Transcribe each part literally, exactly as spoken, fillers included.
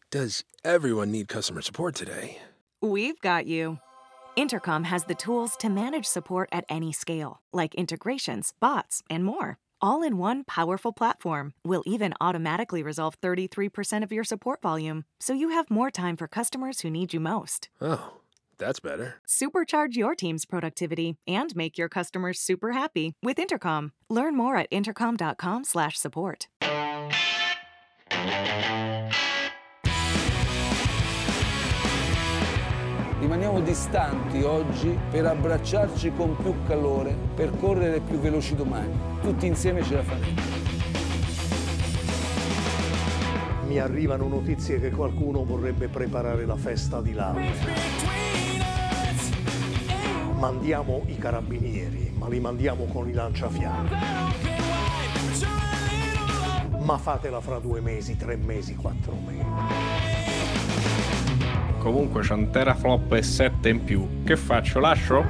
Does everyone need customer support today? We've got you. Intercom has the tools to manage support at any scale, like integrations, bots, and more. All in one powerful platform. We'll even automatically resolve thirty-three percent of your support volume, so you have more time for customers who need you most. Oh, that's better. Supercharge your team's productivity and make your customers super happy with Intercom. Learn more at intercom.com slash support. Rimaniamo distanti oggi per abbracciarci con più calore, per correre più veloci domani. Tutti insieme ce la faremo. Mi arrivano notizie che qualcuno vorrebbe preparare la festa di laurea. Mandiamo i carabinieri, ma li mandiamo con i lanciafiamme. Ma fatela fra due mesi, tre mesi, quattro mesi. Comunque c'è un teraflop e sette in più. Che faccio? Lascio?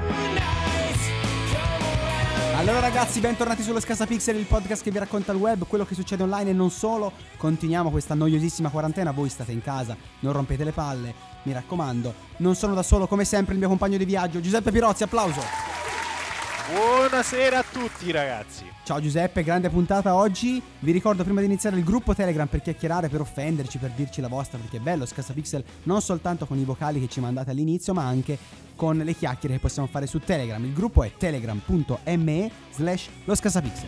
Allora ragazzi, bentornati sullo Scasapixel, il podcast che vi racconta il web, quello che succede online e non solo. Continuiamo questa noiosissima quarantena, voi state in casa, non rompete le palle, mi raccomando. Non sono da solo, come sempre il mio compagno di viaggio, Giuseppe Pirozzi, applauso. Buonasera a tutti ragazzi. Ciao Giuseppe, grande puntata oggi. Vi ricordo prima di iniziare il gruppo Telegram per chiacchierare, per offenderci, per dirci la vostra, perché è bello Scasapixel non soltanto con i vocali che ci mandate all'inizio, ma anche con le chiacchiere che possiamo fare su Telegram. Il gruppo è telegram.me slash lo Scasapixel.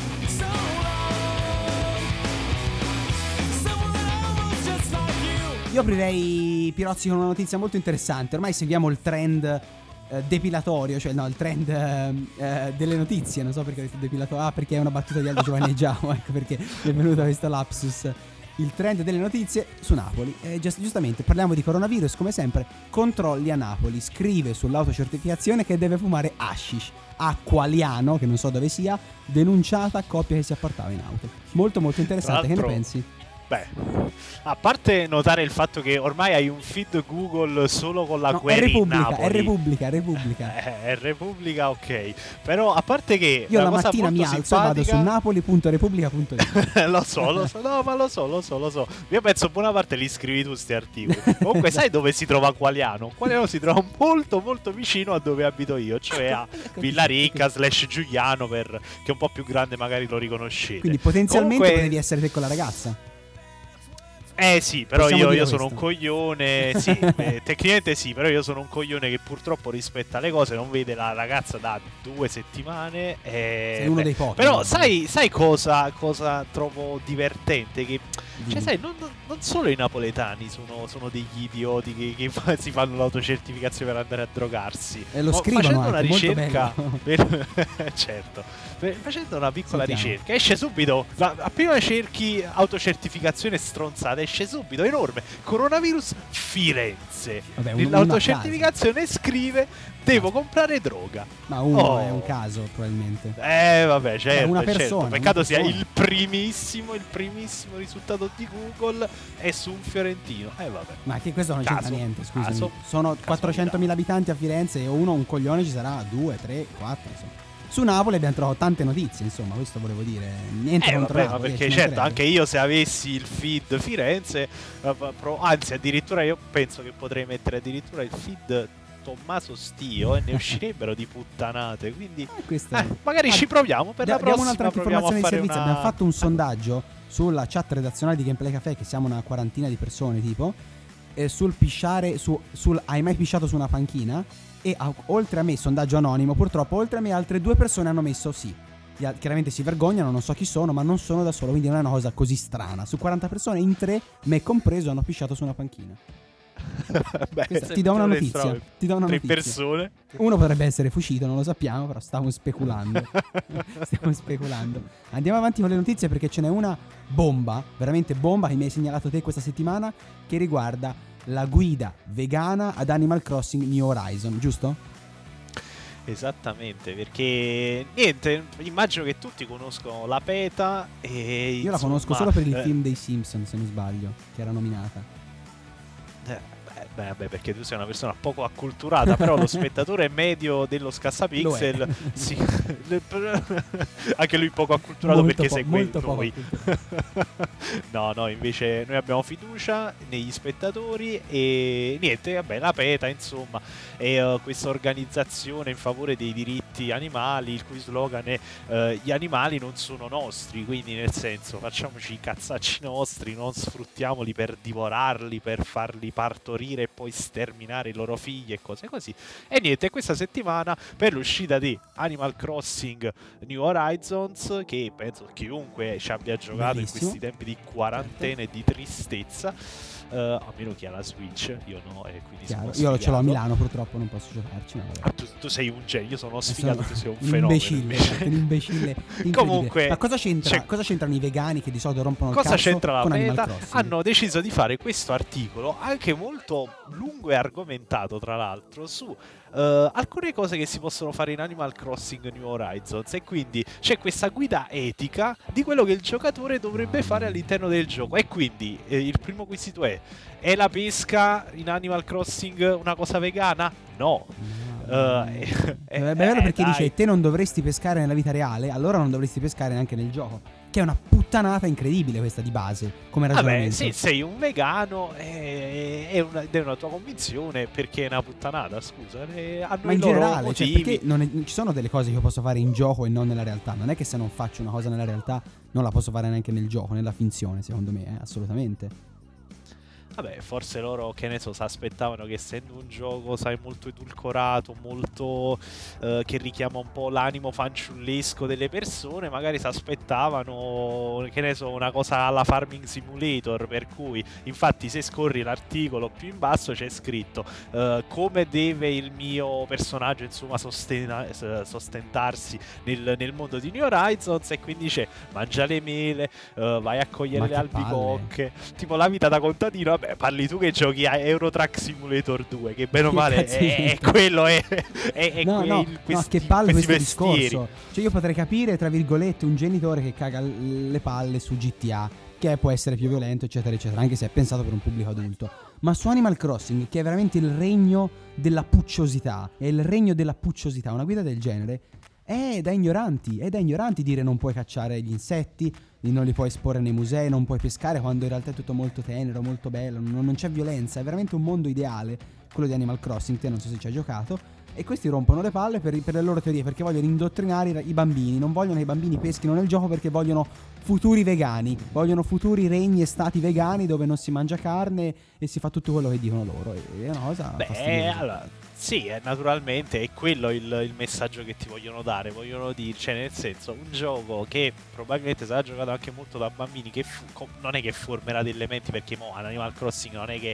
Io aprirei, Pirozzi, con una notizia molto interessante. Ormai seguiamo il trend Uh, depilatorio, cioè no, il trend uh, uh, delle notizie. Non so perché ho detto depilatorio. Ah, perché è una battuta di Aldo Giovaneggiamo. Ecco perché mi è venuto questo lapsus. Il trend delle notizie su Napoli. eh, giust- Giustamente parliamo di coronavirus. Come sempre, controlli a Napoli. Scrive sull'autocertificazione che deve fumare hashish. A Qualiano, che non so dove sia, denunciata coppia che si apportava in auto. Molto molto interessante. Che ne pensi? Beh, a parte notare il fatto che ormai hai un feed Google solo con la no, query è Repubblica, Napoli. è Repubblica, è Repubblica. Eh, è Repubblica, ok. Però a parte che io la, la cosa mattina mi alzo simpatica... e vado su napoli punto repubblica punto it. Lo so, lo so, no, ma lo so, lo so, lo so. Io penso buona parte li scrivi tu sti articoli. Comunque sai dove si trova Qualiano? Qualiano si trova molto molto vicino a dove abito io, cioè a Villaricca slash Giuliano, per... che è un po' più grande, magari lo riconoscete. Quindi potenzialmente Comunque... potevi essere te con la ragazza. Eh sì, però Possiamo io, dire io sono questo. un coglione, sì, eh, tecnicamente sì, però io sono un coglione che purtroppo rispetta le cose, non vede la ragazza da due settimane. E, Sei uno beh, dei pochi. Però no? sai, sai cosa, cosa trovo divertente? Che, Dimmi. cioè sai, non, non- non solo i napoletani sono, sono degli idioti che, che fa- si fanno l'autocertificazione per andare a drogarsi. E lo Ma scrivono facendo anche, una molto ricerca, bello. per- certo, per- facendo una piccola Sentiamo. ricerca, esce subito, la, appena cerchi autocertificazione stronzata, esce subito enorme, coronavirus Firenze. Vabbè, un- L'autocertificazione scrive devo comprare droga. Ma uno Oh. è un caso, probabilmente. Eh vabbè, certo, una certo. persona, Peccato una sia persona. il primissimo, il primissimo risultato di Google è su un fiorentino. Eh vabbè. Ma che questo non c'entra Caso. niente, scusami. Caso. Sono Casualità. quattrocentomila abitanti a Firenze e uno, un coglione, ci sarà due, tre, quattro, insomma. Su Napoli abbiamo trovato tante notizie, insomma, questo volevo dire. Niente Eh contro vabbè, ma Napoli, perché ci certo, mancherebbe. anche io se avessi il feed Firenze, eh, pro- anzi addirittura io penso che potrei mettere addirittura il feed Tommaso Stio e ne uscirebbero di puttanate, quindi Eh, questo eh, è- magari Ah, ci proviamo per dia- la diamo prossima, un'altra proviamo a informazione di fare servizio. una... Abbiamo fatto un sondaggio sulla chat redazionale di Gameplay Café, che siamo una quarantina di persone tipo, e sul pisciare su, sul hai mai pisciato su una panchina? E a- oltre a me, sondaggio anonimo, purtroppo oltre a me altre due persone hanno messo sì. Gli al- Chiaramente si vergognano, non so chi sono, ma non sono da solo, quindi non è una cosa così strana. Su quaranta persone, in tre, me compreso, hanno pisciato su una panchina. Beh, Questa- se ti do una non notizia, estremo, ti do una tre notizia. persone. Uno potrebbe essere fucito, non lo sappiamo, però stiamo speculando. Stiamo speculando. Andiamo avanti con le notizie perché ce n'è una bomba, veramente bomba, che mi hai segnalato te questa settimana, che riguarda la guida vegana ad Animal Crossing New Horizon, giusto? Esattamente, perché niente, immagino che tutti conoscono la PETA e Io la conosco insomma, solo per il eh, film dei Simpson, se non sbaglio, che era nominata. eh, beh, Beh, vabbè, perché tu sei una persona poco acculturata, però lo spettatore medio dello Scassapixel, sì, anche lui poco acculturato molto perché po- segue molto noi. poco No, no, invece noi abbiamo fiducia negli spettatori e niente, vabbè, la PETA, insomma, è uh, questa organizzazione in favore dei diritti animali, il cui slogan è uh, gli animali non sono nostri, quindi nel senso facciamoci i cazzacci nostri, non sfruttiamoli per divorarli, per farli partorire e poi sterminare i loro figli e cose così. E niente, questa settimana per l'uscita di Animal Crossing New Horizons, che penso chiunque ci abbia giocato Bellissimo. in questi tempi di quarantena e di tristezza, uh, a meno chi ha la Switch, io no, e quindi Chiaro. sono Io ce l'ho a sfigato. Milano, purtroppo non posso giocarci, ma vabbè. Ah, tu, tu sei un genio, io sono sfigato, Sono tu sei un un fenomeno imbecille, invece. un imbecille incredibile. Comunque, ma cosa c'entra? c'è- Cosa c'entrano i vegani che di solito rompono il Cosa cazzo c'entra la con Animal PETA? Crossing? Hanno deciso di fare questo articolo, anche molto lungo e argomentato tra l'altro, su uh, alcune cose che si possono fare in Animal Crossing New Horizons, e quindi c'è questa guida etica di quello che il giocatore dovrebbe fare all'interno del gioco. E quindi eh, il primo quesito è: è la pesca in Animal Crossing una cosa vegana? No. Uh, eh, È bello eh, perché dai. dice te non dovresti pescare nella vita reale, allora non dovresti pescare neanche nel gioco. Che è una puttanata incredibile questa di base, come Vabbè, ragionamento. se sei un vegano è, è, una, è una tua convinzione, perché è una puttanata, scusa. eh, Hanno Ma i in loro generale, cioè, motivi. perché non è- ci sono delle cose che io posso fare in gioco e non nella realtà. Non è che se non faccio una cosa nella realtà non la posso fare neanche nel gioco, nella finzione, secondo me, eh, assolutamente. Vabbè, forse loro, che ne so, si aspettavano che, essendo un gioco, sai, molto edulcorato, molto eh, che richiama un po' l'animo fanciullesco delle persone, magari si aspettavano, che ne so, una cosa alla Farming Simulator, per cui, infatti, se scorri l'articolo più in basso c'è scritto eh, come deve il mio personaggio, insomma, sostena- s- sostentarsi nel, nel mondo di New Horizons, e quindi c'è: mangia le mele, eh, vai a cogliere Ma le che albicocche, tipo la vita da contadino. Vabbè, parli tu che giochi a Euro Truck Simulator due, che bene o Che male cazzo è, di- è quello, è, è, è no, quel- no, questi, no, che palle questi questo mestieri. discorso. Cioè, io potrei capire, tra virgolette, un genitore che caga l- le palle su G T A, che può essere più violento, eccetera, eccetera, anche se è pensato per un pubblico adulto. Ma su Animal Crossing, che è veramente il regno della pucciosità, è il regno della pucciosità, una guida del genere è da ignoranti, è da ignoranti dire non puoi cacciare gli insetti, non li puoi esporre nei musei, non puoi pescare, quando in realtà è tutto molto tenero, molto bello, non, non c'è violenza, è veramente un mondo ideale quello di Animal Crossing. Te non so se ci hai giocato, e questi rompono le palle per, per le loro teorie, perché vogliono indottrinare i, i bambini, non vogliono che i bambini peschino nel gioco, perché vogliono futuri vegani, vogliono futuri regni e stati vegani dove non si mangia carne e si fa tutto quello che dicono loro. È una cosa Beh, fastidiosa. allora, sì, eh, naturalmente è quello il, il messaggio che ti vogliono dare. Vogliono dire, cioè, nel senso, un gioco che probabilmente sarà giocato anche molto da bambini, che fu- com- non è che formerà delle menti, perché mo Animal Crossing non è che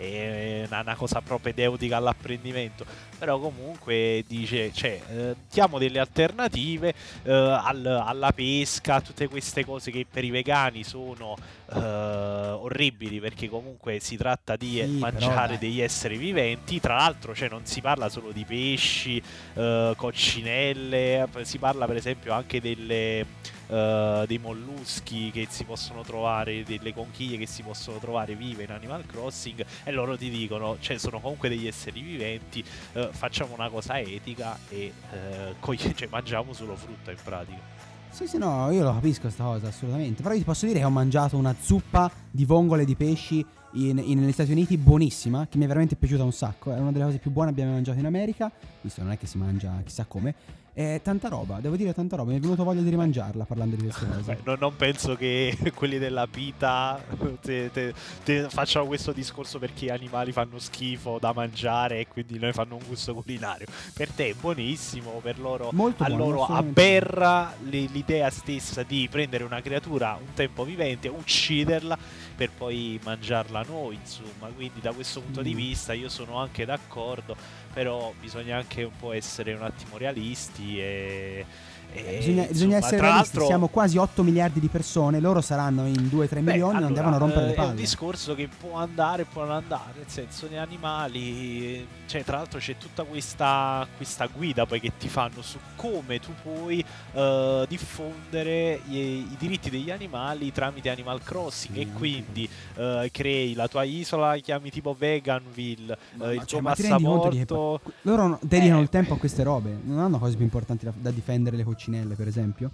è una, una cosa propedeutica all'apprendimento, però comunque dice, cioè, eh, diamo delle alternative eh, al- alla pesca, a tutte queste cose che per i vegani sono eh, orribili, perché comunque si tratta di Sì, mangiare però, dai. degli esseri viventi. Tra l'altro, cioè, non si parla solo di pesci, eh, coccinelle, si parla per esempio anche delle, eh, dei molluschi che si possono trovare, delle conchiglie che si possono trovare vive in Animal Crossing, e loro ti dicono, cioè, sono comunque degli esseri viventi, eh, facciamo una cosa etica e eh, cogli- cioè, mangiamo solo frutta in pratica. Sì, sì, no, io lo capisco sta cosa, assolutamente. Però io ti posso dire che ho mangiato una zuppa di vongole di pesci in, in- negli Stati Uniti, buonissima, che mi è veramente piaciuta un sacco. È una delle cose più buone che abbiamo mangiato in America, visto non è che si mangia chissà come. È tanta roba, devo dire tanta roba, mi è venuto voglia di rimangiarla parlando di queste cose. Beh, no- non penso che quelli della PETA te, te- te facciano questo discorso perché gli animali fanno schifo da mangiare e quindi noi fanno un gusto culinario. Per te è buonissimo, per loro, Molto a buono, loro assolutamente. aberra le- l'idea stessa di prendere una creatura un tempo vivente, ucciderla per poi mangiarla noi, insomma. Quindi da questo punto di Mm. vista io sono anche d'accordo, però bisogna anche un po' essere un attimo realisti e, E, bisogna, insomma, bisogna essere tra realisti, l'altro, siamo quasi otto miliardi di persone, loro saranno in due tre beh, milioni, non allora, devono rompere le eh, palle. È un discorso che può andare, può non andare, nel senso, gli animali, cioè tra l'altro c'è tutta questa, questa guida poi che ti fanno su come tu puoi uh, diffondere i, i diritti degli animali tramite Animal Crossing, Sì, e quindi uh, crei la tua isola, chiami tipo Veganville, uh, il Cioè, tuo ma ti rendi conto di che passaporto. pa- loro no- dedicano Eh, il tempo a queste robe, non hanno cose più importanti da, da difendere le coccinelle, per esempio?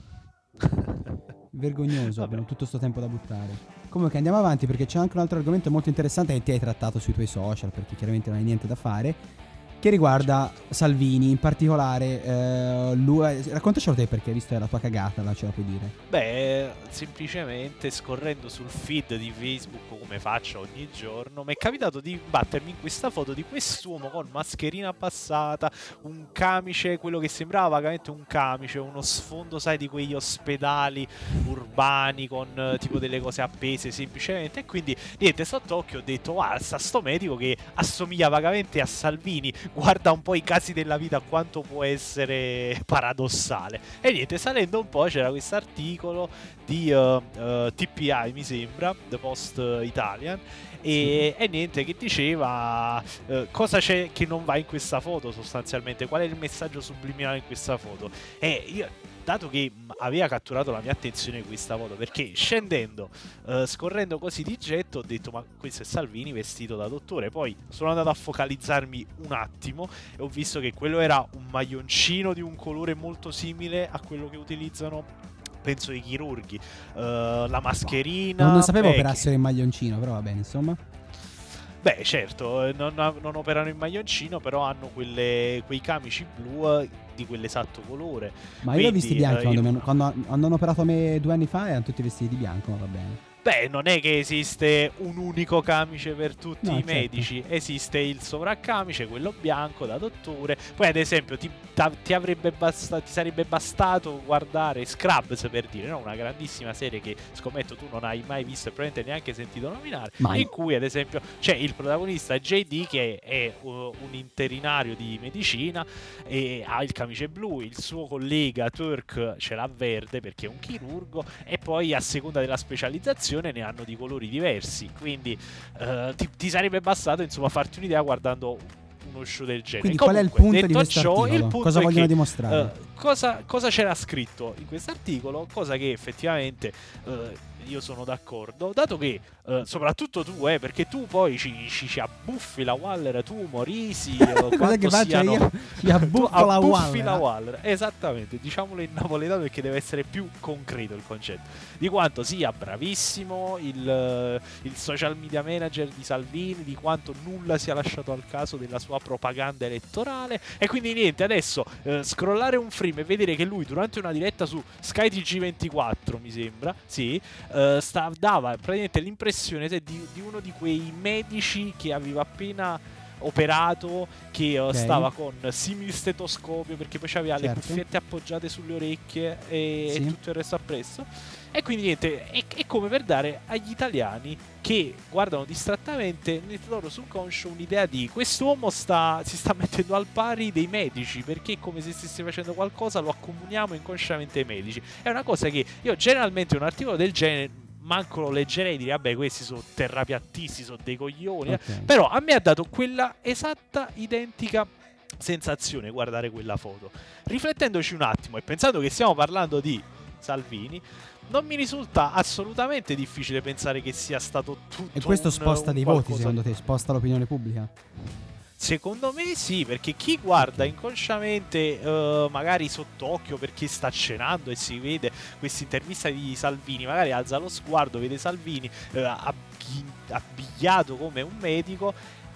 Vergognoso, Vabbè. abbiamo tutto sto tempo da buttare. Comunque andiamo avanti, perché c'è anche un altro argomento molto interessante che ti hai trattato sui tuoi social, perché chiaramente non hai niente da fare, che riguarda Salvini, in particolare eh, lui, raccontacelo te, perché visto che è la tua cagata, là ce la puoi dire. Beh, semplicemente scorrendo sul feed di Facebook, come faccio ogni giorno, mi è capitato di battermi in questa foto di quest'uomo con mascherina abbassata, un camice, quello che sembrava vagamente un camice, uno sfondo, sai, di quegli ospedali urbani con eh, tipo delle cose appese semplicemente, e quindi niente, sott'occhio ho detto, ah, sta sto medico che assomiglia vagamente a Salvini, guarda un po' i casi della vita quanto può essere paradossale. E niente, salendo un po' c'era questo articolo di uh, uh, T P I, mi sembra, The Post Italian, e, e niente, che diceva uh, cosa c'è che non va in questa foto sostanzialmente, qual è il messaggio subliminale in questa foto. E io, dato che aveva catturato la mia attenzione questa foto, perché scendendo, uh, scorrendo così di getto, ho detto, ma questo è Salvini vestito da dottore. Poi sono andato a focalizzarmi un attimo e ho visto che quello era un maglioncino di un colore molto simile a quello che utilizzano, penso, i chirurghi, uh, la mascherina. Non, non sapevo beh, operassero in maglioncino, però va bene, insomma. Beh, certo, eh, non, non operano in maglioncino, però hanno quelle, quei camici blu eh, di quell'esatto colore. Ma io li ho Quindi, visti bianchi eh, quando, in- mi hanno, quando quando hanno operato a me due anni fa, erano tutti vestiti di bianco, ma va bene. Beh, non è che esiste un unico camice per tutti No, i certo. medici, esiste il sovraccamice, quello bianco da dottore. Poi ad esempio ti, ta- ti avrebbe basta- ti sarebbe bastato guardare Scrubs, per dire, no? Una grandissima serie che scommetto tu non hai mai visto e probabilmente neanche sentito nominare, Mai. in cui ad esempio c'è il protagonista J D che è uh, un interinario di medicina e ha il camice blu, il suo collega Turk ce l'ha verde perché è un chirurgo, e poi a seconda della specializzazione ne hanno di colori diversi, quindi eh, ti, ti sarebbe bastato insomma farti un'idea guardando uno show del genere. Quindi qual è il Comunque, punto di detto questo ciò, il articolo? punto Cosa è vogliono che, dimostrare? eh, cosa, cosa c'era scritto in questo articolo? Cosa che effettivamente eh, io sono d'accordo, dato che eh, soprattutto tu, eh, perché tu poi ci, ci, ci abbuffi la Waller, tu Morisi, eh, Cos'è quanto che faccio siano- io? Ci abbuffo tu la abbuffi Waller. la Waller, esattamente, diciamolo in napoletano perché deve essere più concreto il concetto, di quanto sia bravissimo il, eh, il social media manager di Salvini, di quanto nulla sia lasciato al caso della sua propaganda elettorale. E quindi niente, adesso eh, scrollare un frame e vedere che lui durante una diretta su Sky T G ventiquattro, mi sembra, sì, eh, sta, dava praticamente l'impressione se, di, di uno di quei medici che aveva appena operato, che uh, Ok. stava con simil stetoscopio, perché poi aveva le Certo. cuffiette appoggiate sulle orecchie e, Sì. e tutto il resto appresso. E quindi niente, è, è come per dare agli italiani che guardano distrattamente nel loro subconscio un'idea di quest'uomo sta, si sta mettendo al pari dei medici, perché è come se stesse facendo qualcosa, lo accomuniamo inconsciamente ai medici. È una cosa che io generalmente un articolo del genere manco lo leggerei e direi vabbè, questi sono terrapiattisti, sono dei coglioni. Ok. Però a me ha dato quella esatta identica sensazione guardare quella foto. Riflettendoci un attimo e pensando che stiamo parlando di Salvini, non mi risulta assolutamente difficile pensare che sia stato tutto E questo un- sposta un dei voti, qualcosa- secondo te? Sposta l'opinione pubblica? Secondo me sì, perché chi guarda inconsciamente, eh, magari sott'occhio perché sta cenando e si vede questa intervista di Salvini, magari alza lo sguardo, vede Salvini eh, abbighi- abbigliato come un medico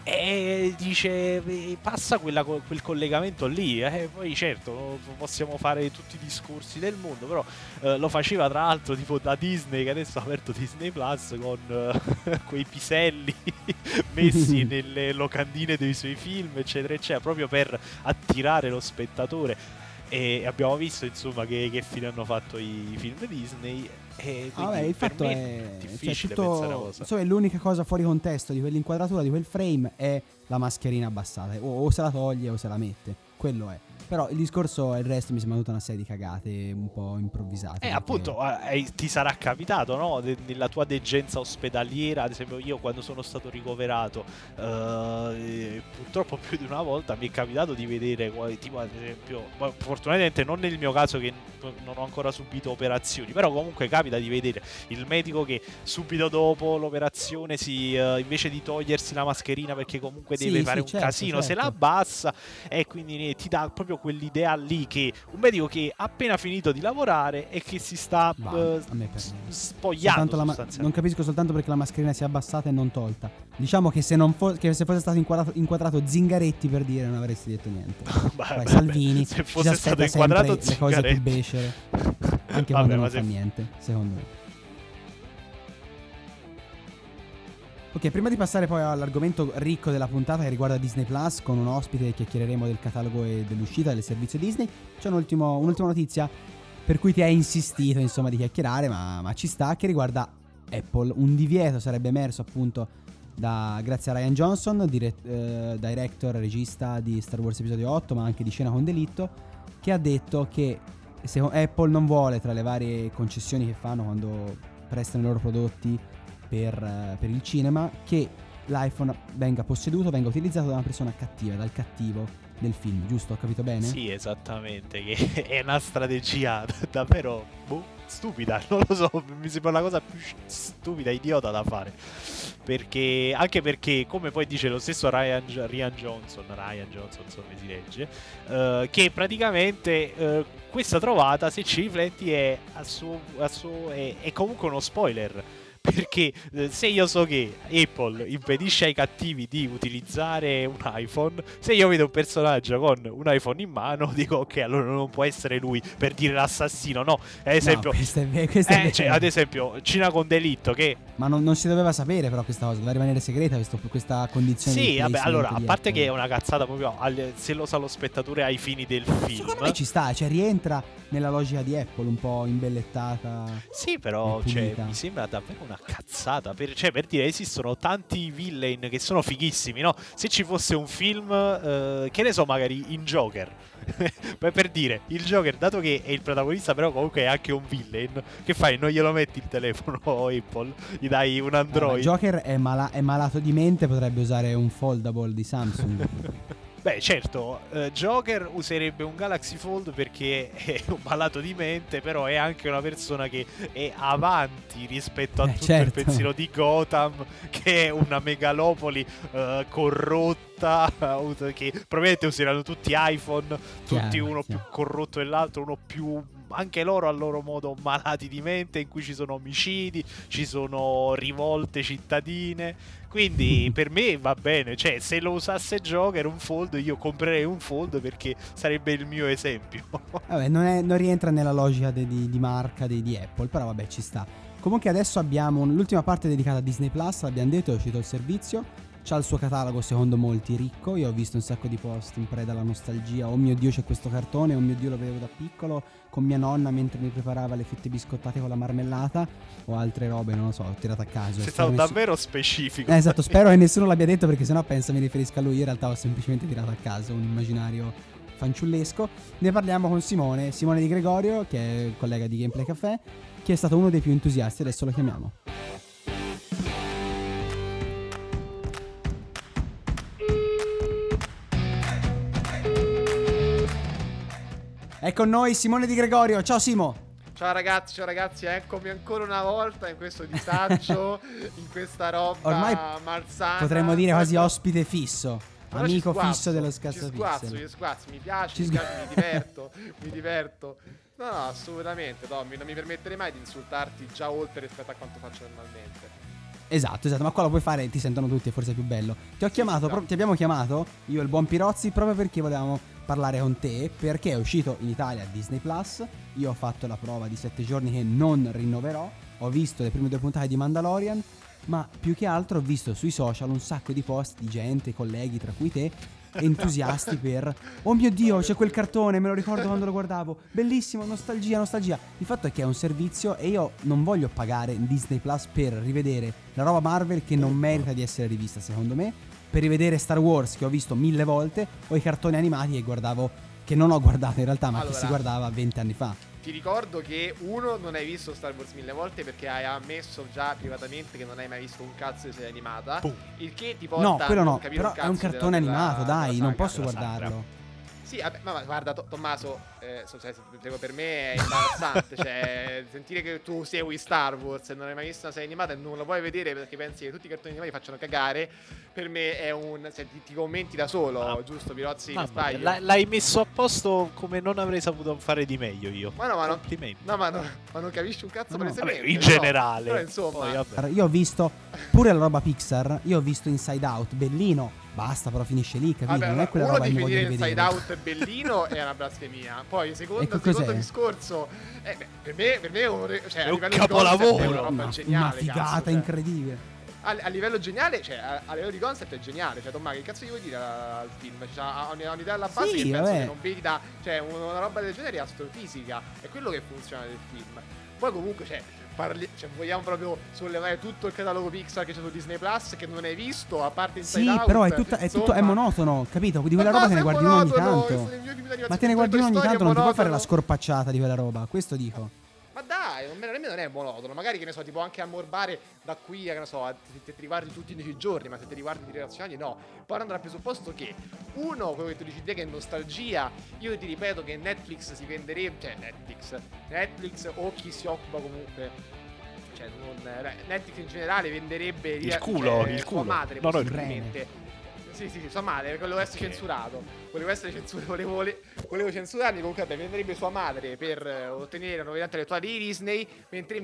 e dice eh, passa quella co- quel collegamento lì. Eh. Poi certo no, possiamo fare tutti i discorsi del mondo, però eh, lo faceva tra l'altro tipo da Disney, che adesso ha aperto Disney Plus con eh, quei piselli messi nelle locandine dei suoi film eccetera eccetera, proprio per attirare lo spettatore. E abbiamo visto insomma che, che fine hanno fatto i film Disney. E Ah, vabbè, quindi il per fatto me è difficile cioè, pensare a tutto, cosa. insomma, l'unica cosa fuori contesto di quell'inquadratura, di quel frame, è la mascherina abbassata. O, o se la toglie o se la mette. quello è. Però il discorso, il resto mi sembra tutta una serie di cagate un po' improvvisate. Eh, perché... appunto, eh, ti sarà capitato, no? De- nella tua degenza ospedaliera, ad esempio io quando sono stato ricoverato, eh, purtroppo più di una volta mi è capitato di vedere, tipo ad esempio, fortunatamente non nel mio caso che non ho ancora subito operazioni, però comunque capita di vedere il medico che subito dopo l'operazione si, uh, invece di togliersi la mascherina perché comunque deve sì, fare sì, un certo, casino, certo. se la abbassa, e quindi ti dà proprio quell'idea lì che un medico che ha appena finito di lavorare e che si sta Bah, uh, a me per s- niente. spogliando La ma- sostanzialmente. non capisco soltanto perché la mascherina sia abbassata e non tolta. Diciamo che se, non fo- che se fosse stato inquadrato, inquadrato Zingaretti, per dire, non avresti detto niente. Beh, Poi beh, Salvini se ci fosse aspetta stato inquadrato sempre le cose Zingaretti. più becere, anche Vabbè, quando ma non se- fa niente, secondo me. Ok, prima di passare poi all'argomento ricco della puntata che riguarda Disney Plus, con un ospite e chiacchiereremo del catalogo e dell'uscita del servizio Disney, c'è un ultimo, un'ultima notizia per cui ti hai insistito insomma di chiacchierare, ma, ma ci sta, che riguarda Apple. Un divieto sarebbe emerso appunto da, grazie a Ryan Johnson, dire, eh, director, regista di Star Wars Episodio otto, ma anche di Scena con Delitto, che ha detto che se Apple non vuole, tra le varie concessioni che fanno quando prestano i loro prodotti per, uh, per il cinema, che l'iPhone venga posseduto, venga utilizzato da una persona cattiva, dal cattivo del film, giusto? Ho capito bene? Sì, esattamente, che è una strategia davvero boh, stupida, non lo so, mi sembra la cosa più stupida, idiota da fare. Perché, anche perché, come poi dice lo stesso Ryan, Ryan Johnson, Ryan Johnson, so come si legge, uh, che praticamente uh, questa trovata, se ci rifletti, è, a suo, a suo, è, è comunque uno spoiler. Perché eh, se io so che Apple impedisce ai cattivi di utilizzare un iPhone, se io vedo un personaggio con un iPhone in mano, dico ok, allora non può essere lui, per dire l'assassino, no? Ad esempio, no, questo è ve- questo è eh, cioè, vero. ad esempio, Cina con Delitto, che Ma non, non si doveva sapere però questa cosa, doveva rimanere segreta questo, questa condizione. sì, di vabbè, placement allora, a di parte Apple. che è una cazzata proprio al- se lo sa lo spettatore ai fini del film. Secondo me ci sta, cioè rientra nella logica di Apple, un po' imbellettata. Sì, però e cioè, pulita. mi sembra davvero una cazzata. Per, cioè, per dire, esistono tanti villain che sono fighissimi, no? Se ci fosse un film, eh, che ne so, magari in Joker. Beh, per dire, il Joker, dato che è il protagonista, però comunque è anche un villain, che fai? Non glielo metti il telefono Apple? Gli dai un Android? Ah, Joker è, mala- è malato di mente, potrebbe usare un foldable di Samsung. Beh, certo, eh, Joker userebbe un Galaxy Fold perché è un malato di mente, però è anche una persona che è avanti rispetto a Eh, tutto certo. il pensiero di Gotham, che è una megalopoli eh, corrotta, che probabilmente useranno tutti iPhone, tutti Chiaro, uno chiaro. più corrotto dell'altro, uno più... anche loro a loro modo malati di mente, in cui ci sono omicidi, ci sono rivolte cittadine. Quindi per me va bene, cioè se lo usasse Joker un fold, io comprerei un fold perché sarebbe il mio esempio. Vabbè, non, è- non rientra nella logica de- di, di marca di, di Apple, però vabbè, ci sta. Comunque adesso abbiamo un- l'ultima parte dedicata a Disney Plus, l'abbiamo detto, è uscito il servizio. C'ha il suo catalogo secondo molti ricco. Io ho visto un sacco di post in preda alla nostalgia. Oh mio Dio, c'è questo cartone, oh mio Dio, lo vedevo da piccolo con mia nonna mentre mi preparava le fette biscottate con la marmellata o altre robe, non lo so, ho tirato a caso. Sei Spero stato nessuno- davvero specifico. Eh, esatto, spero che nessuno l'abbia detto perché sennò pensa mi riferisca a lui. In realtà ho semplicemente tirato a caso un immaginario fanciullesco. Ne parliamo con Simone, Simone Di Gregorio, che è il collega di Gameplay Café, che è stato uno dei più entusiasti. Adesso lo chiamiamo. È con noi Simone Di Gregorio. Ciao Simo. Ciao ragazzi, ciao ragazzi, eccomi ancora una volta in questo disagio, in questa roba Ormai malsana. Potremmo dire quasi ospite fisso, Però ci amico sguazzo, fisso dello Ci sguazzo, scassapixel. io sguazzo, mi piace, Ci mi, sgu- piace, mi diverto, mi diverto. No, no, assolutamente, Tommy, non mi permetterei mai di insultarti già oltre rispetto a quanto faccio normalmente. Esatto, esatto, ma qua lo puoi fare, ti sentono tutti, è forse più bello. Ti ho chiamato, sì, pro- ti abbiamo chiamato, io e il buon Pirozzi, proprio perché volevamo parlare con te, perché è uscito in Italia Disney Plus. Io ho fatto la prova di sette giorni che non rinnoverò, ho visto le prime due puntate di Mandalorian, ma più che altro ho visto sui social un sacco di post di gente, colleghi, tra cui te, entusiasti per oh mio Dio, c'è quel cartone, me lo ricordo quando lo guardavo, bellissimo, nostalgia, nostalgia. Il fatto è che è un servizio e io non voglio pagare Disney Plus per rivedere la roba Marvel che non merita di essere rivista, secondo me. per rivedere Star Wars che ho visto mille volte o i cartoni animati che guardavo, che non ho guardato in realtà, ma Allora, che si guardava venti anni fa. Ti ricordo che uno, non hai visto Star Wars mille volte perché hai ammesso già privatamente che non hai mai visto un cazzo di serie animata. Boom. Il che ti porta No, quello a no, non capire però un è cazzo un cartone della- animato, della- dai, della non saga. posso della guardarlo. Sì, vabbè, ma guarda, To- Tommaso, eh, so- cioè, prego, per me è imbarazzante. Cioè, sentire che tu segui Star Wars e non hai mai visto una serie animata e non lo puoi vedere perché pensi che tutti i cartoni animati facciano cagare, per me è un. Cioè, ti, ti commenti da solo, Ah. giusto, Pirozzi? Mi Mamma mia, sbaglio? l'hai- l'hai messo a posto come non avrei saputo fare di meglio io. Ma no, ma non, Complimenti. no, ma, no, ma non capisci un cazzo No, no. palesemente. Vabbè, in però- generale. Però insomma, Poi, vabbè. Allora, io ho visto pure la roba Pixar, io ho visto Inside Out, bellino, basta, però finisce lì, capito? vabbè, Non è quella uno roba che mi voglio definire Inside rivedere. Out bellino è una blasfemia. Poi secondo, Ecco, il secondo cos'è? discorso, eh, beh, per me, per me è un, re- cioè, È a un livello di capolavoro. concept è una roba Una, geniale, una figata cazzo, cioè. incredibile. A, a livello geniale, cioè a, a livello di concept è geniale. Cioè, Tommaso, che cazzo gli vuoi dire al film? Cioè, ha, ha un'idea alla base Sì, che penso vabbè. che non vedi da. Cioè, una, una roba del genere è astrofisica. È quello che funziona del film. Poi comunque, cioè, parli, cioè, vogliamo proprio sollevare tutto il catalogo Pixar che c'è su Disney Plus che non hai visto, a parte Inside Sì, Out. però è, tutta, è tutto è insomma. monotono, capito? Di quella Ma roba te ne cosa è guardi uno ogni monotono? tanto. Sono i miei film d'animazione Ma te ne più guardi uno ogni Toy Story tanto, è non ti puoi fare la monotono. scorpacciata di quella roba, questo dico. Ma dai, non- nemmeno non è monotono. Magari, che ne so, ti può anche ammorbare da qui a, che ne so, a- se ti riguardi tutti i dieci giorni, ma se ti riguardi di relazionali no. Poi andrà al presupposto che, uno, quello che tu dici te che è nostalgia, io ti ripeto che Netflix si venderebbe, cioè Netflix, Netflix o chi si occupa comunque, cioè non, eh, Netflix in generale venderebbe Il culo, cioè, il sua culo. madre, No, no, il possibilmente. Sì, sì, sì, sua madre, volevo essere Ok. censurato. Volevo essere censurato, volevo, vole- volevo censurarmi. Comunque, vabbè, venderebbe sua madre per eh, ottenere la novità intellettuale di Disney. Mentre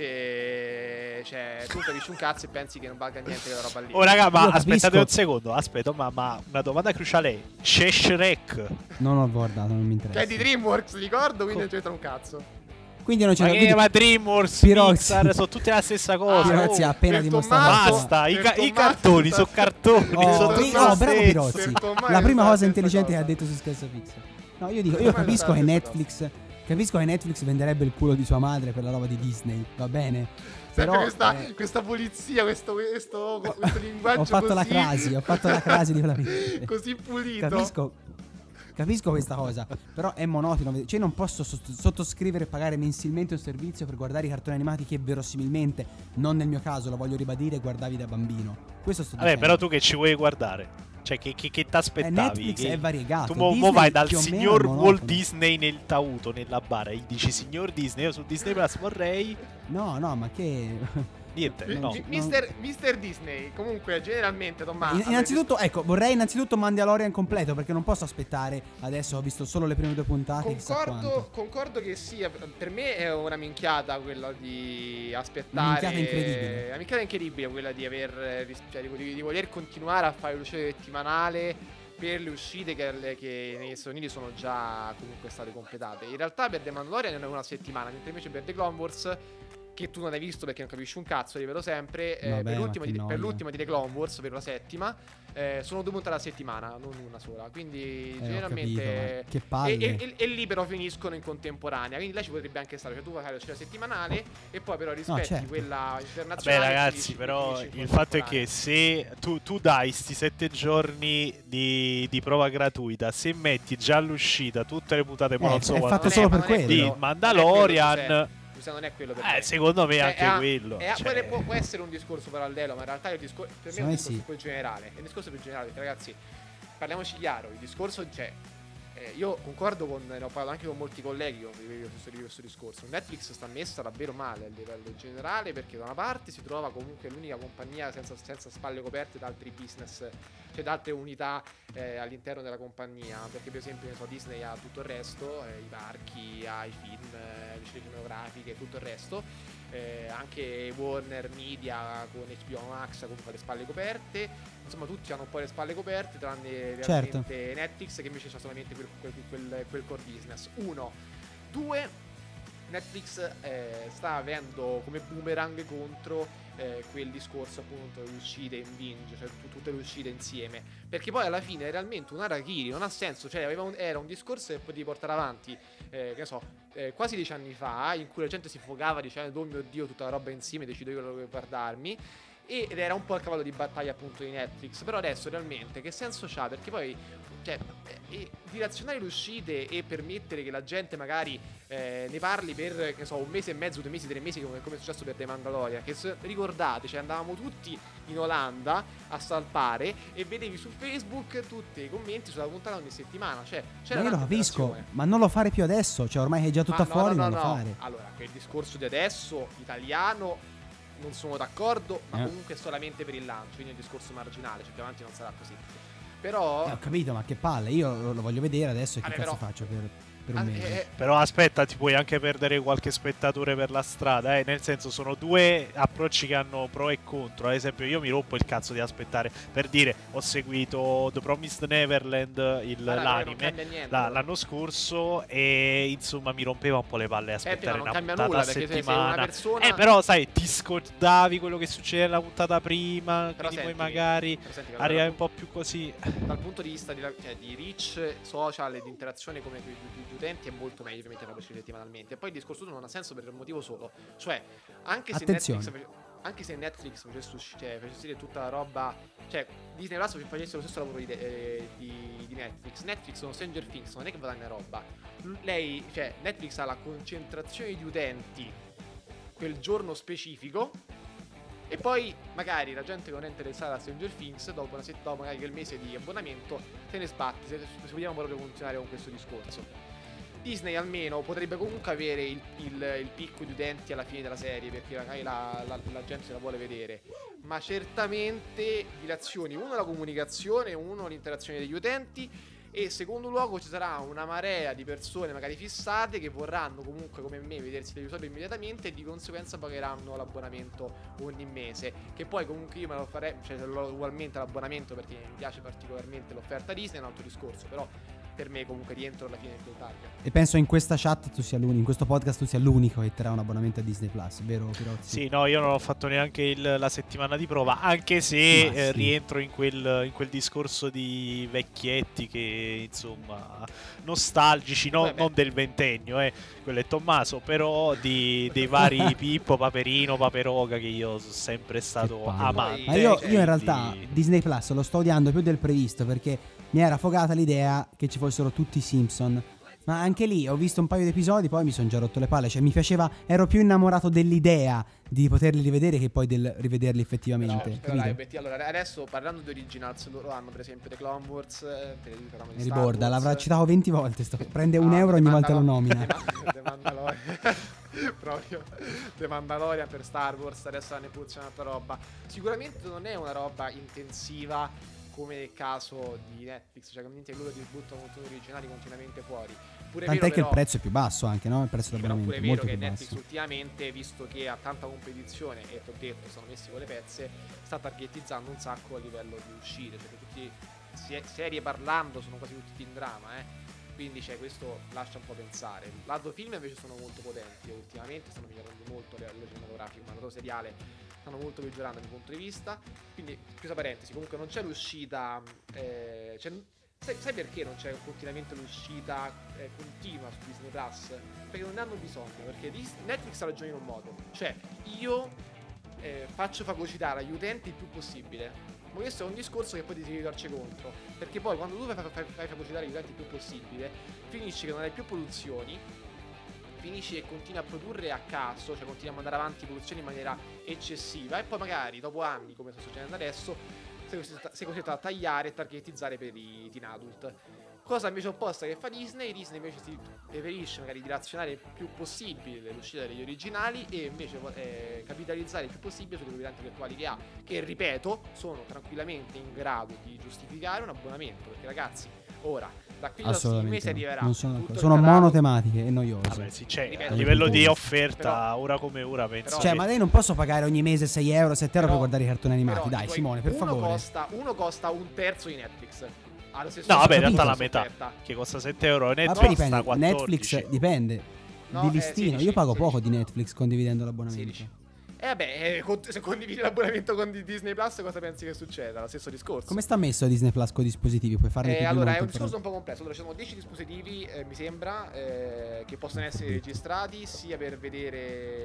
invece, cioè, tu capisci un cazzo e pensi che non valga niente quella roba lì. Oh raga, ma Io aspettate capisco. un secondo, aspetta, ma, ma una domanda cruciale è: c'è Shrek? Non ho guardato, non mi interessa. Che è di DreamWorks, ricordo, quindi non c'entra un cazzo. Quindi non c'è Ma, da che, quindi- ma DreamWorks, Pirozzi. Pixar sono tutte la stessa cosa. Pirozzi oh. ha appena per dimostrato. Tommaso- Basta, i, per ca- i Tommaso cartoni sta- sono cartoni. Oh, sono per qui- tutti oh, lo bravo stesso. Pirozzi. Per Tommaso La prima è la cosa stessa intelligente che cosa. ha detto su Scherzo Pixar. No, io dico, io Tommaso capisco è che la stessa Netflix capisco che Netflix venderebbe il culo di sua madre per la roba di Disney, va bene? Sempre Però questa, eh, questa pulizia, questo, questo, questo linguaggio ho fatto così, la crasi, ho fatto la crasi di quella vita. così pulito. Capisco Capisco questa cosa, però è monotono. Cioè, non posso sott- sottoscrivere e pagare mensilmente un servizio per guardare i cartoni animati che verosimilmente, non nel mio caso, lo voglio ribadire, guardavi da bambino. Questo sto Vabbè, dicendo. però tu che ci vuoi guardare? Cioè, che, che, che Eh, t'aspettavi? Netflix Che- è variegato. Tu mo, mo Disney vai dal più o meno signor è Walt monotono. Disney nel tauto, nella bara, e gli dici signor Disney, io su Disney Plus vorrei... No, no, ma che... Niente, Mi- no. mi- Mister, Mister Disney, comunque, generalmente, Tommaso. In- innanzitutto, ecco, vorrei innanzitutto Mandalorian completo, perché non posso aspettare. Adesso ho visto solo le prime due puntate. chissà Concordo, quanto. concordo che sia. Per me è una minchiata quella di aspettare. Una minchiata incredibile. Una minchiata incredibile quella di aver. eh, ris- Cioè, di, di voler continuare a fare l'uscita settimanale per le uscite che, che negli Stati Uniti sono già comunque state completate. In realtà per The Mandalorian è una settimana, mentre invece per The Clone Wars, che tu non hai visto perché non capisci un cazzo, ripeto sempre, eh, Vabbè, per, ma l'ultima che di, per noia. l'ultima di The Clone Wars, per la settima, eh, sono due puntate alla settimana, non una sola. Quindi Eh, ho generalmente... capito, ma che e, palle. e, e- e lì però finiscono in contemporanea. Quindi là ci potrebbe anche stare. Cioè tu fai la uscita settimanale e poi però rispetti certo. quella Vabbè internazionale. e ragazzi, finisci- però finisci in il fatto è contemporanea. che se tu, tu dai sti sette giorni di, di prova gratuita, se metti già all'uscita tutte le puntate, ma Eh, non so è quanto, fatto Non solo ma per non è quello. di quello- Mandalorian, non è quello, Giuseppe. Scusa, non è quello per me. eh, secondo me Cioè, anche è a- quello. è a- cioè- può, può essere un discorso parallelo, ma in realtà il discor- per me è Secondo un me discorso sì. più generale. È un discorso più generale, perché, ragazzi, parliamoci chiaro. Il discorso c'è. Eh, io concordo con. Ne ho parlato anche con molti colleghi con cui avevo questo, questo discorso. Netflix sta messa davvero male a livello generale, perché da una parte si trova comunque l'unica compagnia senza, senza spalle coperte da altri business, cioè da altre unità eh, all'interno della compagnia. Perché, per esempio, ne so, Disney ha tutto il resto, eh, i parchi, ha i film, eh, le scene cinematografiche e tutto il resto. Eh, anche Warner Media con H B O Max comunque ha le spalle coperte. Insomma, tutti hanno un po' le spalle coperte, tranne Certo. realmente Netflix, che invece c'ha solamente quel, quel, quel, quel core business. Uno. Due. Netflix eh, sta avendo come boomerang contro eh, quel discorso appunto le uscite in binge, cioè tu- tutte le uscite insieme, perché poi alla fine è realmente un harakiri, non ha senso, cioè aveva un- era un discorso che potevi portare avanti eh, che ne so eh, quasi dieci anni fa, in cui la gente si fogava dicendo oh mio Dio tutta la roba insieme, decido io quello che guardarmi, ed era un po' il cavallo di battaglia appunto di Netflix. Però adesso realmente che senso c'ha? Perché poi cioè, eh, dilazionare le uscite e permettere che la gente magari eh, ne parli per, che so, un mese e mezzo, due mesi, tre mesi, come, come è successo per The Mandalorian. Che se ricordate, cioè andavamo tutti in Olanda a salpare e vedevi su Facebook tutti i commenti sulla puntata ogni settimana. Cioè, c'era Ma io lo tanta capisco, interazione. ma non lo fare più adesso. Cioè, ormai che è già tutta Ma no, fuori, no, non no, lo no. fare. Allora, che il discorso di adesso, italiano, non sono d'accordo, ma Eh. comunque solamente per il lancio, quindi è un discorso marginale, cioè più avanti non sarà così. Però Eh, ho capito, ma che palle. Io lo, lo voglio vedere adesso e che Vabbè, cazzo però- faccio per, per un Ah, mese? eh, Però aspetta, ti puoi anche perdere qualche spettatore per la strada, eh? Nel senso, sono due approcci che hanno pro e contro. Ad esempio, io mi rompo il cazzo di aspettare. Per dire, ho seguito The Promised Neverland, il, guarda, non l'anime, cambia niente. la- l'anno scorso, e insomma mi rompeva un po' le palle Senti, aspettare ma non una cambia puntata nulla, a perché se sei settimana. una persona- Eh, però sai, ti scordavi quello che succede nella puntata prima, Però quindi poi senti, magari però senti che arrivavi allora, un po' più così. dal punto di vista di, cioè, di reach social e di interazione come con gli utenti è molto meglio ovviamente farlo uscire settimanalmente. E poi il discorso non ha senso per un motivo solo, cioè anche se Attenzione. Netflix face- anche se Netflix facesse usci- cioè, facesse uscire tutta la roba, cioè Disney Plus facesse lo stesso lavoro di, eh, di, di Netflix. Netflix sono Stranger Things, non è che guadagna roba. L- lei, cioè Netflix ha la concentrazione di utenti quel giorno specifico. E poi magari la gente che non è interessata a Stranger Things, dopo, una set- dopo magari quel mese di abbonamento, se ne sbatti, se, se vogliamo proprio continuare con questo discorso. Disney almeno potrebbe comunque avere il, il, il picco di utenti alla fine della serie, perché magari la, la, la gente se la vuole vedere. Ma certamente dilazioni, uno la comunicazione, uno l'interazione degli utenti, e secondo luogo ci sarà una marea di persone magari fissate che vorranno comunque come me vedersi l'episodio immediatamente e di conseguenza pagheranno l'abbonamento ogni mese, che poi comunque io me lo farei, cioè lo- ugualmente l'abbonamento perché mi piace particolarmente l'offerta Disney, è un altro discorso, però per me comunque rientro alla fine in quel target. E penso in questa chat tu sia l'unico, in questo podcast tu sia l'unico che terrà un abbonamento a Disney Plus, vero Pirozzi? Sì, no, io non ho fatto neanche il- la settimana di prova, anche se Ma eh, sì. rientro in quel, in quel discorso di vecchietti che, insomma, nostalgici, no- Vabbè. non del ventennio, eh, quello è Tommaso, però di, dei vari Pippo, Paperino, Paperoga, che io sono sempre stato Che palle. amante. Ma io, io in quindi- realtà Disney Plus lo sto odiando più del previsto perché mi era affogata l'idea che ci fossero tutti i Simpson. Ma anche lì ho visto un paio di episodi, poi mi sono già rotto le palle. Cioè mi piaceva, ero più innamorato dell'idea di poterli rivedere che poi del rivederli effettivamente. Però, però capito? dai, Betty, allora adesso parlando di originals, loro hanno per esempio The Clone Wars, eh, per il programma di Mi Star riborda, Wars. l'avrà citato venti volte. Sto, prende un Ah, euro The ogni volta lo Mandalor- nomina. The Ma- The Mandalorian. Proprio The Mandalorian per Star Wars, adesso ne puzza un'altra roba. Sicuramente non è una roba intensiva come nel caso di Netflix, cioè che loro ti buttano contenuti originali continuamente fuori. Pure Tant'è vero, che il però- prezzo è più basso anche, no? Il prezzo sì, però dell'abbonamento pure è è vero molto che più Netflix basso. ultimamente, visto che ha tanta competizione e ti ho detto sono messi con le pezze, sta targetizzando un sacco a livello di uscite, cioè che tutti se- serie parlando sono quasi tutti in drama, eh. Quindi cioè, questo lascia un po' pensare. Lato film invece sono molto potenti, ultimamente stanno migliorando molto a livello cinematografico, ma lato seriale stanno molto peggiorando dal mio punto di vista. Quindi, chiusa parentesi, comunque non c'è l'uscita eh, cioè, sai, sai perché non c'è continuamente l'uscita eh, continua su Disney Plus? Perché non ne hanno bisogno, perché Dis- Netflix ha ragione in un modo, cioè io eh, faccio fagocitare agli utenti il più possibile. Ma questo è un discorso che poi ti si ritorce contro, perché poi quando tu fai, fai, fai fagocitare gli utenti il più possibile, finisci che non hai più produzioni, finisci che continui a produrre a caso, cioè continui a mandare avanti produzioni in maniera eccessiva, e poi magari dopo anni, come sta succedendo adesso, sei costretto, sei costretto a tagliare e targetizzare per i teen adult. Cosa invece opposta che fa Disney. Disney invece si preferisce magari dilazionare il più possibile l'uscita degli originali e invece eh, capitalizzare il più possibile sulle proprietà intellettuali che ha, che ripeto sono tranquillamente in grado di giustificare un abbonamento, perché ragazzi ora da qui al prossimi Assolutamente mesi no. arriverà Non sono tutto d'accordo. il Sono catalogo. monotematiche e noiose. Vabbè, sì, c'è, Ripeto, a livello di però- offerta, ora come ora, penso però- Cioè, che- ma lei non posso pagare ogni mese sei euro, sette euro Però- per guardare i cartoni animati. però, Dai, dico, Simone, per uno favore. costa, uno costa un terzo di Netflix. Allo stesso No, vabbè, in stesso realtà la prezzo metà, offerta. che costa sette euro, Ma Netflix poi dipende. sta quattordici. Netflix dipende. No, di eh, listino. sedici, Io pago sedici. poco di Netflix condividendo l'abbonamento. sedici. E vabbè, eh, con- se condividi l'abbonamento con di- Disney Plus, cosa pensi che succeda? Lo stesso discorso. Come sta messo Disney Plus con i dispositivi? Puoi farne Eh, più di allora, uno è un contemporaneo? discorso un po' complesso. Allora, ci sono dieci dispositivi, eh, mi sembra, eh, che possono essere registrati sia per vedere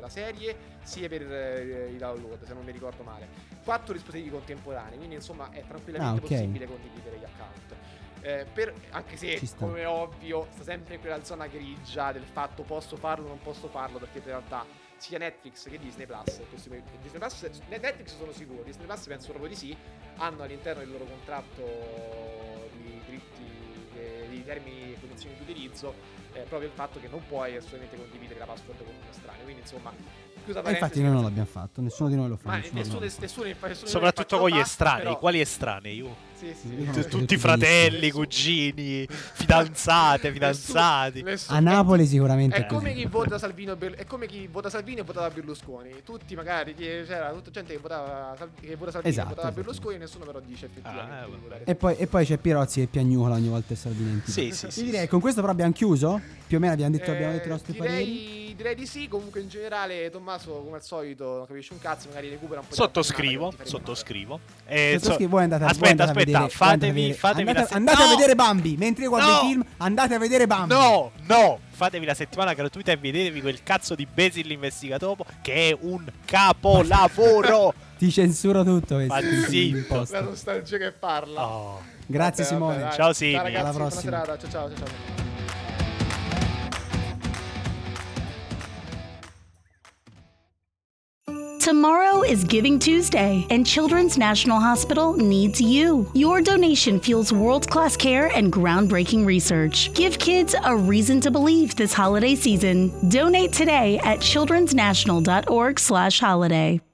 la serie sia per eh, i download, se non mi ricordo male. Quattro dispositivi contemporanei, quindi insomma è tranquillamente Ah, ok. possibile condividere gli account. Eh, per, anche se, Ci sta. come ovvio, sta sempre in quella zona grigia del fatto posso farlo o non posso farlo, perché in realtà sia Netflix che Disney Plus, questo- Disney Plus, Netflix sono sicuro, Disney Plus penso proprio di sì, hanno all'interno del loro contratto di diritti, eh, di termini e condizioni di utilizzo, eh, proprio il fatto che non puoi assolutamente condividere la password con un estraneo, quindi insomma, chiusa E parentesi. infatti noi non l'abbiamo fatto, nessuno di noi lo fa. Ma nessuno di nessuno, noi lo fa. nessuno, nessuno, nessuno Soprattutto con gli fa, estranei. però- Quali estranei? Io? Sì, sì, Io sì. non T- lo Tutti so, fratelli, Nessuno. cugini, fidanzate, fidanzati. Nessuno- A Napoli sicuramente È è come così. chi vota Salvini o Berlusconi, è come chi vota Salvini e votava Berlusconi. Tutti magari chi- c'era tutta gente che votava Sal- che vota Salvini Esatto, e votava esatto. Berlusconi, nessuno però dice effettivamente Ah, di eh, votare. E poi, e poi c'è Pirozzi che piagnucola ogni volta e Salvini. Sì, sì, Io sì. direi che con questo però abbiamo chiuso. Più o meno abbiamo detto, abbiamo Eh, detto i nostri pareri. direi, direi di sì. Comunque in generale Tommaso come al solito non capisce un cazzo, magari recupera un po' di Sottoscrivo, campionata che non ti faremo sottoscrivo. Eh, Sottoscrivo, so- voi andate a- voi aspetta, andate a aspetta, vedere- fatevi, voi andate a fatevi vedere- la se- andate, andate No! a vedere Bambi. Mentre io guardo No! il film, andate a vedere Bambi. No, no, fatevi la settimana gratuita e vedetevi quel cazzo di Basil l'investigatore che è un capolavoro. Ti censuro tutto questo. Ma sì. imposto. La nostalgia che parla. Oh. Grazie Vabbè, Simone. vabbè, dai. Ciao, Simi. Ciao, ragazzi, Alla buona prossima. serata. Ciao ciao ciao. ciao. Tomorrow is Giving Tuesday, and Children's National Hospital needs you. Your donation fuels world-class care and groundbreaking research. Give kids a reason to believe this holiday season. Donate today at childrensnational dot org slash holiday.